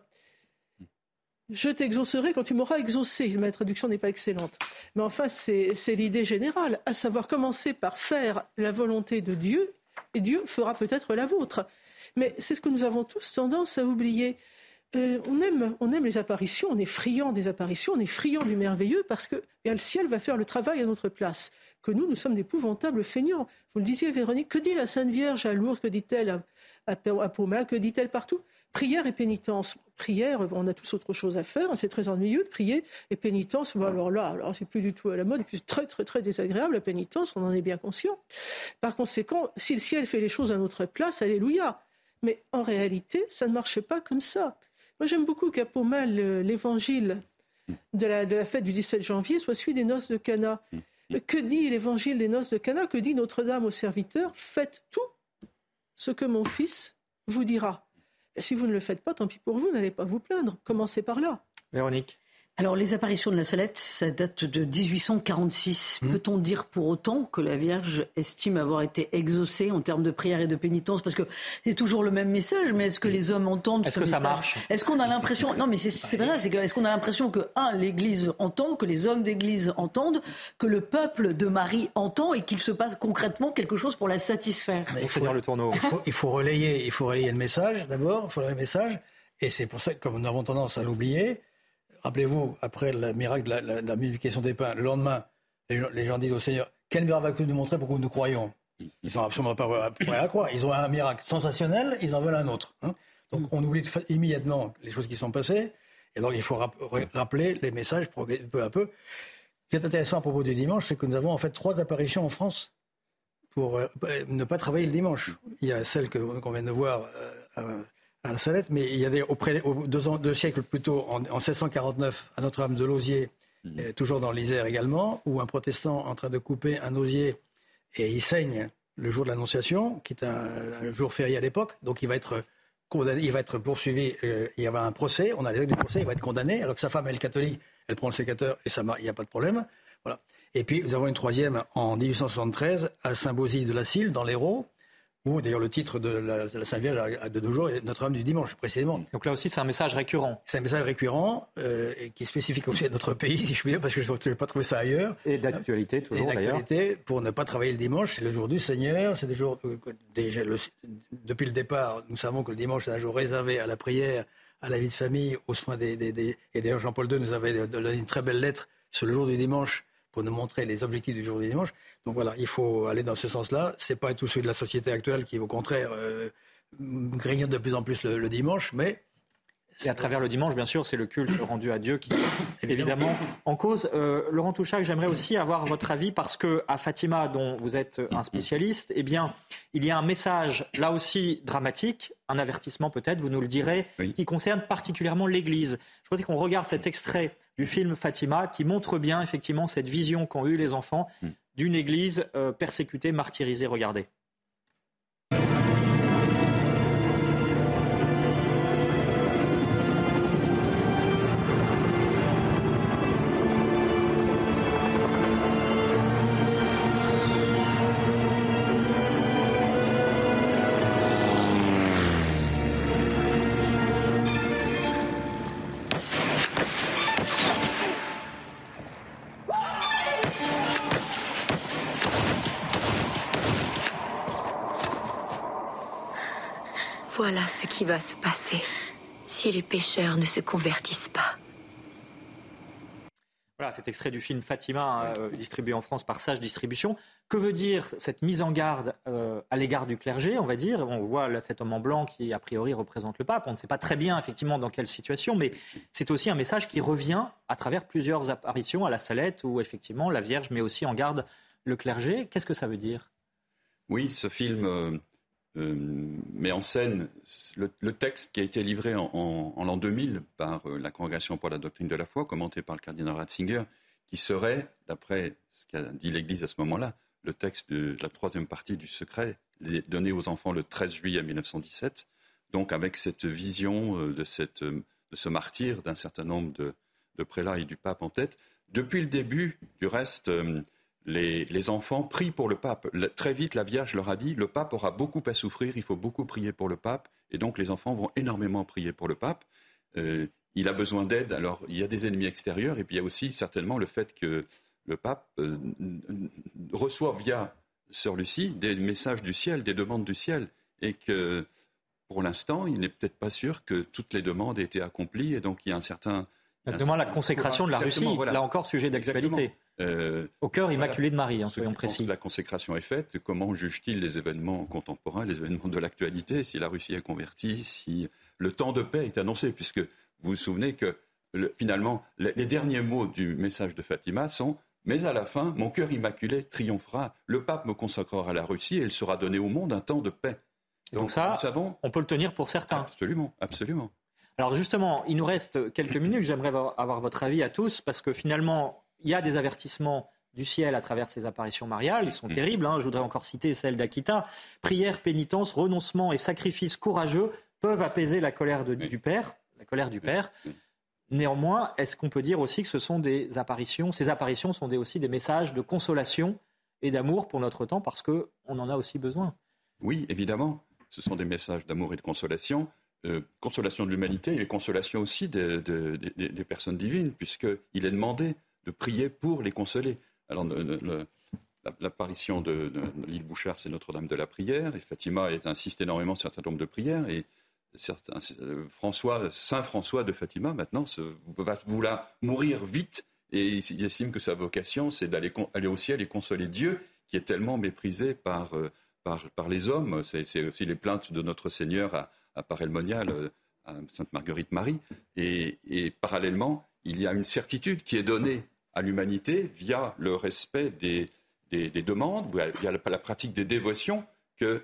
« Je t'exaucerai quand tu m'auras exaucé ». Ma traduction n'est pas excellente. Mais enfin, c'est l'idée générale, à savoir commencer par faire la volonté de Dieu, et Dieu fera peut-être la vôtre. Mais c'est ce que nous avons tous tendance à oublier. On aime les apparitions, on est friand des apparitions, on est friand du merveilleux parce que le ciel va faire le travail à notre place. Que nous sommes d'épouvantables feignants. Vous le disiez, Véronique, que dit la Sainte Vierge à Lourdes, que dit-elle à Pomain, que dit-elle partout ? Prière et pénitence. Prière, on a tous autre chose à faire, c'est très ennuyeux de prier. Et pénitence, alors c'est plus du tout à la mode, et puis c'est très, très, très désagréable, la pénitence, on en est bien conscient. Par conséquent, si le ciel fait les choses à notre place, alléluia. Mais en réalité, ça ne marche pas comme ça. Moi, j'aime beaucoup qu'à Pomain, l'évangile de la fête du 17 janvier soit celui des noces de Cana. Que dit l'évangile des noces de Cana ? Que dit Notre-Dame aux serviteurs ? Faites tout ce que mon fils vous dira. Et si vous ne le faites pas, tant pis pour vous, n'allez pas vous plaindre. Commencez par là. Véronique. Alors, les apparitions de la Salette, ça date de 1846. Peut-on dire pour autant que la Vierge estime avoir été exaucée en termes de prière et de pénitence ? Parce que c'est toujours le même message, mais est-ce que les hommes entendent ce message ? Est-ce que ça marche ? Est-ce qu'on a l'impression... Non, mais c'est pas ça. C'est que, est-ce qu'on a l'impression que, l'Église entend, que les hommes d'Église entendent, que le peuple de Marie entend et qu'il se passe concrètement quelque chose pour la satisfaire ? Il faut le tourneau. Il faut relayer le message, d'abord. Il faut relayer le message. Et c'est pour ça que, comme nous avons tendance à l'oublier... Rappelez-vous, après le miracle de la multiplication des pains, le lendemain, les gens disent au Seigneur, quel miracle vas-tu nous montrer pour que nous croyions ? Ils ne sont absolument pas prêts à croire. Ils ont un miracle sensationnel, ils en veulent un autre. Donc on oublie immédiatement les choses qui sont passées. Et alors il faut rappeler les messages peu à peu. Ce qui est intéressant à propos du dimanche, c'est que nous avons en fait 3 apparitions en France pour ne pas travailler le dimanche. Il y a celle qu'on vient de voir à la Salette, mais il y a 2 siècles plus tôt, en 1649, à Notre-Dame de Lauziers, toujours dans l'Isère également, où un protestant est en train de couper un osier et il saigne le jour de l'Annonciation, qui est un jour férié à l'époque, donc il va être condamné, il va être poursuivi, il y avait un procès, on a les règles du procès, il va être condamné, alors que sa femme, elle est catholique, elle prend le sécateur et il n'y a pas de problème. Voilà. Et puis nous avons une 3e en 1873 à Saint-Bosile de la Cille, dans l'Hérault, où d'ailleurs le titre de la Sainte Vierge de nos jours est Notre-Dame du dimanche, précisément. Donc là aussi, c'est un message récurrent. C'est un message récurrent et qui est spécifique aussi à notre pays, si je puis dire, parce que je n'ai pas trouvé ça ailleurs. Et d'actualité, toujours d'ailleurs. Et d'actualité, pour ne pas travailler le dimanche, c'est le jour du Seigneur. C'est des jours, depuis le départ, nous savons que le dimanche, c'est un jour réservé à la prière, à la vie de famille, aux soins et d'ailleurs, Jean-Paul II nous avait donné une très belle lettre sur le jour du dimanche, pour nous montrer les objectifs du jour du dimanche. Donc voilà, il faut aller dans ce sens-là. C'est pas tout celui de la société actuelle qui, au contraire, grignote de plus en plus le dimanche, mais... Et à travers le dimanche, bien sûr, c'est le culte rendu à Dieu qui est évidemment en cause. Laurent Touchac, j'aimerais aussi avoir votre avis parce qu'à Fatima, dont vous êtes un spécialiste, eh bien, il y a un message, là aussi, dramatique, un avertissement peut-être, vous nous le direz, qui concerne particulièrement l'Église. Je voudrais qu'on regarde cet extrait du film Fatima qui montre bien, effectivement, cette vision qu'ont eue les enfants d'une Église persécutée, martyrisée. Regardez. Voilà ce qui va se passer si les pécheurs ne se convertissent pas. Voilà, cet extrait du film Fatima, distribué en France par Sage Distribution. Que veut dire cette mise en garde à l'égard du clergé, on va dire ? On voit là, cet homme en blanc qui, a priori, représente le pape. On ne sait pas très bien, effectivement, dans quelle situation, mais c'est aussi un message qui revient à travers plusieurs apparitions à la Salette, où, effectivement, la Vierge met aussi en garde le clergé. Qu'est-ce que ça veut dire ? Oui, ce film met en scène le texte qui a été livré en l'an 2000 par la Congrégation pour la doctrine de la foi, commenté par le cardinal Ratzinger, qui serait, d'après ce qu'a dit l'Église à ce moment-là, le texte de la 3e partie du secret, donné aux enfants le 13 juillet 1917, donc avec cette vision de ce martyr d'un certain nombre de prélats et du pape en tête. Depuis le début, du reste, les enfants prient pour le pape. Très vite, la Vierge leur a dit, le pape aura beaucoup à souffrir, il faut beaucoup prier pour le pape. Et donc, les enfants vont énormément prier pour le pape. Il a besoin d'aide. Alors, il y a des ennemis extérieurs. Et puis, il y a aussi certainement le fait que le pape reçoit via Sœur Lucie des messages du ciel, des demandes du ciel. Et que, pour l'instant, il n'est peut-être pas sûr que toutes les demandes aient été accomplies. Et donc, il y a un certain... Exactement, la consécration de la Russie, voilà. Là encore, sujet d'actualité. Au cœur immaculé de Marie, soyons précis. La consécration est faite. Comment juge-t-il les événements contemporains, les événements de l'actualité, si la Russie est convertie, si le temps de paix est annoncé, puisque vous vous souvenez que finalement, les derniers mots du message de Fatima sont « Mais à la fin, mon cœur immaculé triomphera. Le pape me consacrera à la Russie et il sera donné au monde un temps de paix. » Donc ça, on peut le tenir pour certains. Absolument, absolument. Alors justement, il nous reste quelques minutes. J'aimerais avoir votre avis à tous, parce que finalement, il y a des avertissements du ciel à travers ces apparitions mariales. Ils sont terribles. Je voudrais encore citer celle d'Akita. Prière, pénitence, renoncement et sacrifices courageux peuvent apaiser la colère du Père. La colère du Père. Néanmoins, est-ce qu'on peut dire aussi que ce sont des apparitions, ces apparitions sont aussi des messages de consolation et d'amour pour notre temps, parce qu'on en a aussi besoin? Oui, évidemment. Ce sont des messages d'amour et de consolation. Consolation de l'humanité et consolation aussi des personnes divines, puisqu'il est demandé de prier pour les consoler. Alors, l'apparition de l'île Bouchard, c'est Notre-Dame de la Prière, et Fatima insiste énormément sur un certain nombre de prières, et Saint François de Fatima, maintenant, va vouloir mourir vite, et il estime que sa vocation, c'est d'aller au ciel et consoler Dieu, qui est tellement méprisé par les hommes. C'est aussi les plaintes de notre Seigneur à Parelmonial, à Sainte Marguerite Marie. Et parallèlement, il y a une certitude qui est donnée à l'humanité via le respect des demandes, via la pratique des dévotions, que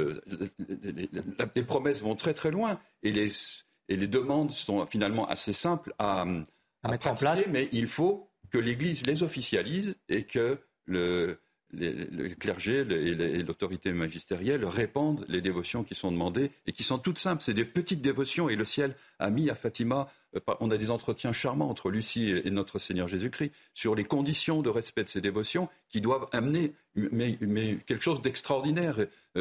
les promesses vont très très loin. Et les demandes sont finalement assez simples à mettre en place. Mais il faut que l'Église les officialise et que le clergé et l'autorité magistérielle répandent les dévotions qui sont demandées et qui sont toutes simples. C'est des petites dévotions et le ciel a mis à Fatima, on a des entretiens charmants entre Lucie et notre Seigneur Jésus-Christ sur les conditions de respect de ces dévotions qui doivent amener mais quelque chose d'extraordinaire.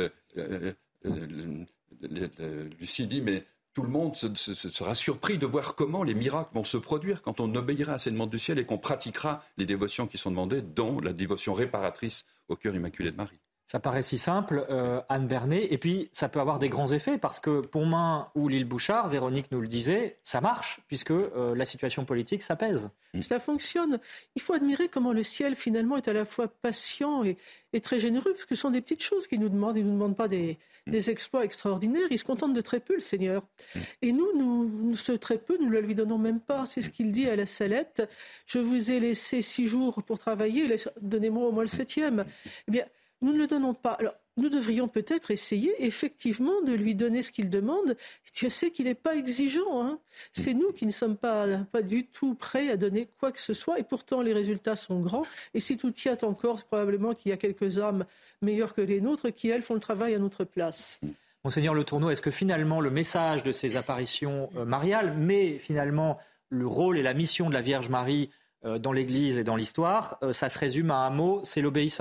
Lucie dit, mais tout le monde sera surpris de voir comment les miracles vont se produire quand on obéira à ces demandes du ciel et qu'on pratiquera les dévotions qui sont demandées, dont la dévotion réparatrice au cœur immaculé de Marie. Ça paraît si simple, Anne Bernet, et puis ça peut avoir des grands effets, parce que Pontmain ou l'île Bouchard, Véronique nous le disait, ça marche, puisque la situation politique s'apaise. Ça fonctionne. Il faut admirer comment le ciel, finalement, est à la fois patient et très généreux, parce que ce sont des petites choses qu'il nous demande. Il ne nous demande pas des exploits extraordinaires, il se contente de très peu, le Seigneur. Et nous, ce très peu, nous ne le lui donnons même pas. C'est ce qu'il dit à la Salette. Je vous ai laissé 6 jours pour travailler, donnez-moi au moins le 7e. Eh bien, nous ne le donnons pas. Alors, nous devrions peut-être essayer effectivement de lui donner ce qu'il demande. Tu sais qu'il n'est pas exigeant. C'est nous qui ne sommes pas du tout prêts à donner quoi que ce soit. Et pourtant, les résultats sont grands. Et si tout tient encore, c'est probablement qu'il y a quelques âmes meilleures que les nôtres qui, elles, font le travail à notre place. Monseigneur Le Tourneau, est-ce que finalement le message de ces apparitions mariales, mais finalement le rôle et la mission de la Vierge Marie dans l'Église et dans l'histoire, ça se résume à un mot, c'est l'obéissance ?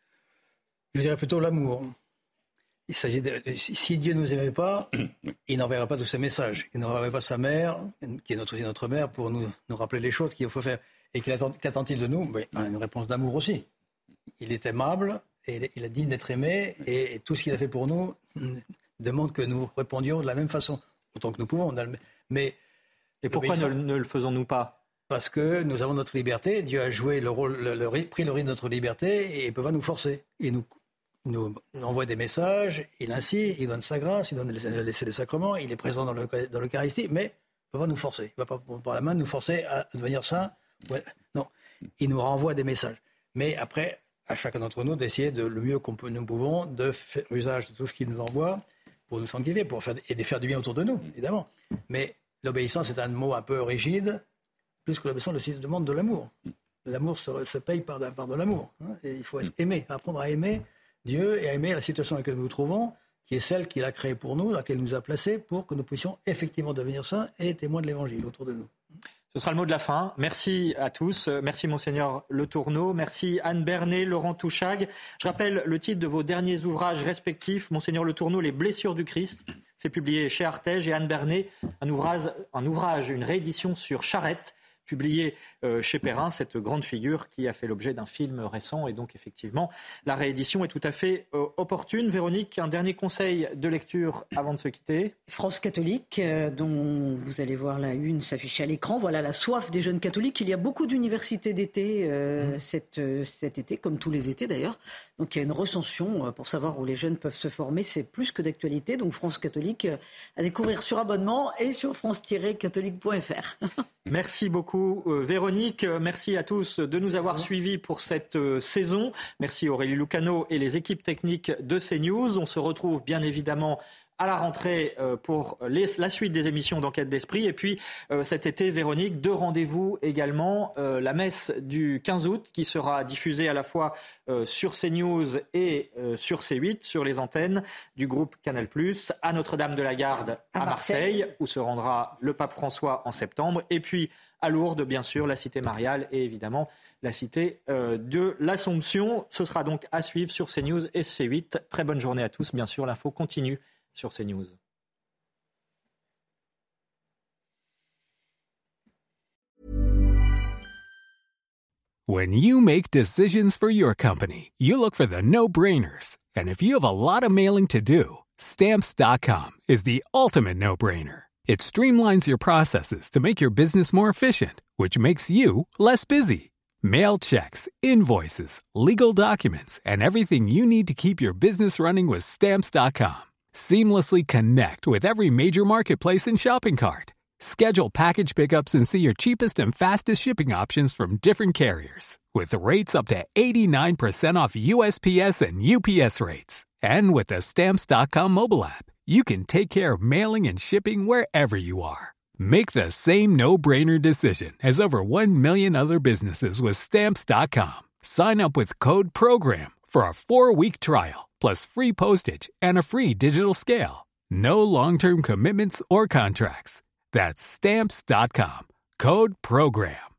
Je dirais plutôt l'amour. Il s'agit si Dieu ne nous aimait pas, il n'enverrait pas tous ses messages. Il n'enverrait pas sa mère, qui est aussi notre mère, pour nous rappeler les choses qu'il faut faire. Et qu'attend-il de nous ? Une réponse d'amour aussi. Il est aimable, et il a dit d'être aimé, et tout ce qu'il a fait pour nous demande que nous répondions de la même façon, autant que nous pouvons. Et pourquoi ne le faisons-nous pas ? Parce que nous avons notre liberté. Dieu a joué pris le rythme de notre liberté, et il ne peut pas nous forcer. Il nous envoie des messages, il incite, il donne sa grâce, il donne les sacrements, il est présent dans l'Eucharistie, mais il ne peut pas nous forcer. Il ne va pas par la main nous forcer à devenir saint. Non, il nous renvoie des messages. Mais après, à chacun d'entre nous d'essayer le mieux nous pouvons de faire usage de tout ce qu'il nous envoie pour nous sanctifier, et de faire du bien autour de nous, évidemment. Mais l'obéissance est un mot un peu rigide, plus que l'obéissance, le demande de l'amour. L'amour se paye par de l'amour. Et il faut être aimé, apprendre à aimer Dieu et à aimer la situation dans laquelle nous nous trouvons, qui est celle qu'il a créée pour nous, dans laquelle il nous a placés, pour que nous puissions effectivement devenir saints et témoins de l'Évangile autour de nous. Ce sera le mot de la fin. Merci à tous. Merci Monseigneur Le Tourneau. Merci Anne Bernet, Laurent Touchag. Je rappelle le titre de vos derniers ouvrages respectifs. Monseigneur Le Tourneau, Les blessures du Christ. C'est publié chez Artege. Et Anne Bernet, un ouvrage, une réédition sur Charette, publié chez Perrin, cette grande figure qui a fait l'objet d'un film récent. Et donc, effectivement, la réédition est tout à fait opportune. Véronique, un dernier conseil de lecture avant de se quitter. France catholique, dont vous allez voir la une s'afficher à l'écran. Voilà la soif des jeunes catholiques. Il y a beaucoup d'universités d'été cet été, comme tous les étés d'ailleurs. Donc, il y a une recension pour savoir où les jeunes peuvent se former. C'est plus que d'actualité. Donc, France catholique à découvrir sur abonnement et sur france-catholique.fr. Merci beaucoup Véronique, merci à tous de nous avoir suivis pour cette saison. Merci Aurélie Lucano et les équipes techniques de CNews. On se retrouve bien évidemment à la rentrée pour la suite des émissions d'Enquête d'Esprit. Et puis cet été, Véronique, 2 rendez-vous également. La messe du 15 août qui sera diffusée à la fois sur CNews et sur C8, sur les antennes du groupe Canal+, à Notre-Dame-de-la-Garde à Marseille, où se rendra le pape François en septembre. Et puis à Lourdes, bien sûr, la cité mariale et évidemment la cité de l'Assomption. Ce sera donc à suivre sur CNews et C8. Très bonne journée à tous. Bien sûr, l'info continue sur CNews. When you make decisions for your company, you look for the no-brainers. And if you have a lot of mailing to do, Stamps.com is the ultimate no-brainer. It streamlines your processes to make your business more efficient, which makes you less busy. Mail checks, invoices, legal documents, and everything you need to keep your business running with Stamps.com. Seamlessly connect with every major marketplace and shopping cart. Schedule package pickups and see your cheapest and fastest shipping options from different carriers. With rates up to 89% off USPS and UPS rates. And with the Stamps.com mobile app, you can take care of mailing and shipping wherever you are. Make the same no-brainer decision as over 1 million other businesses with Stamps.com. Sign up with code PROGRAM for a 4-week trial, plus free postage and a free digital scale. No long-term commitments or contracts. That's Stamps.com. Code PROGRAM.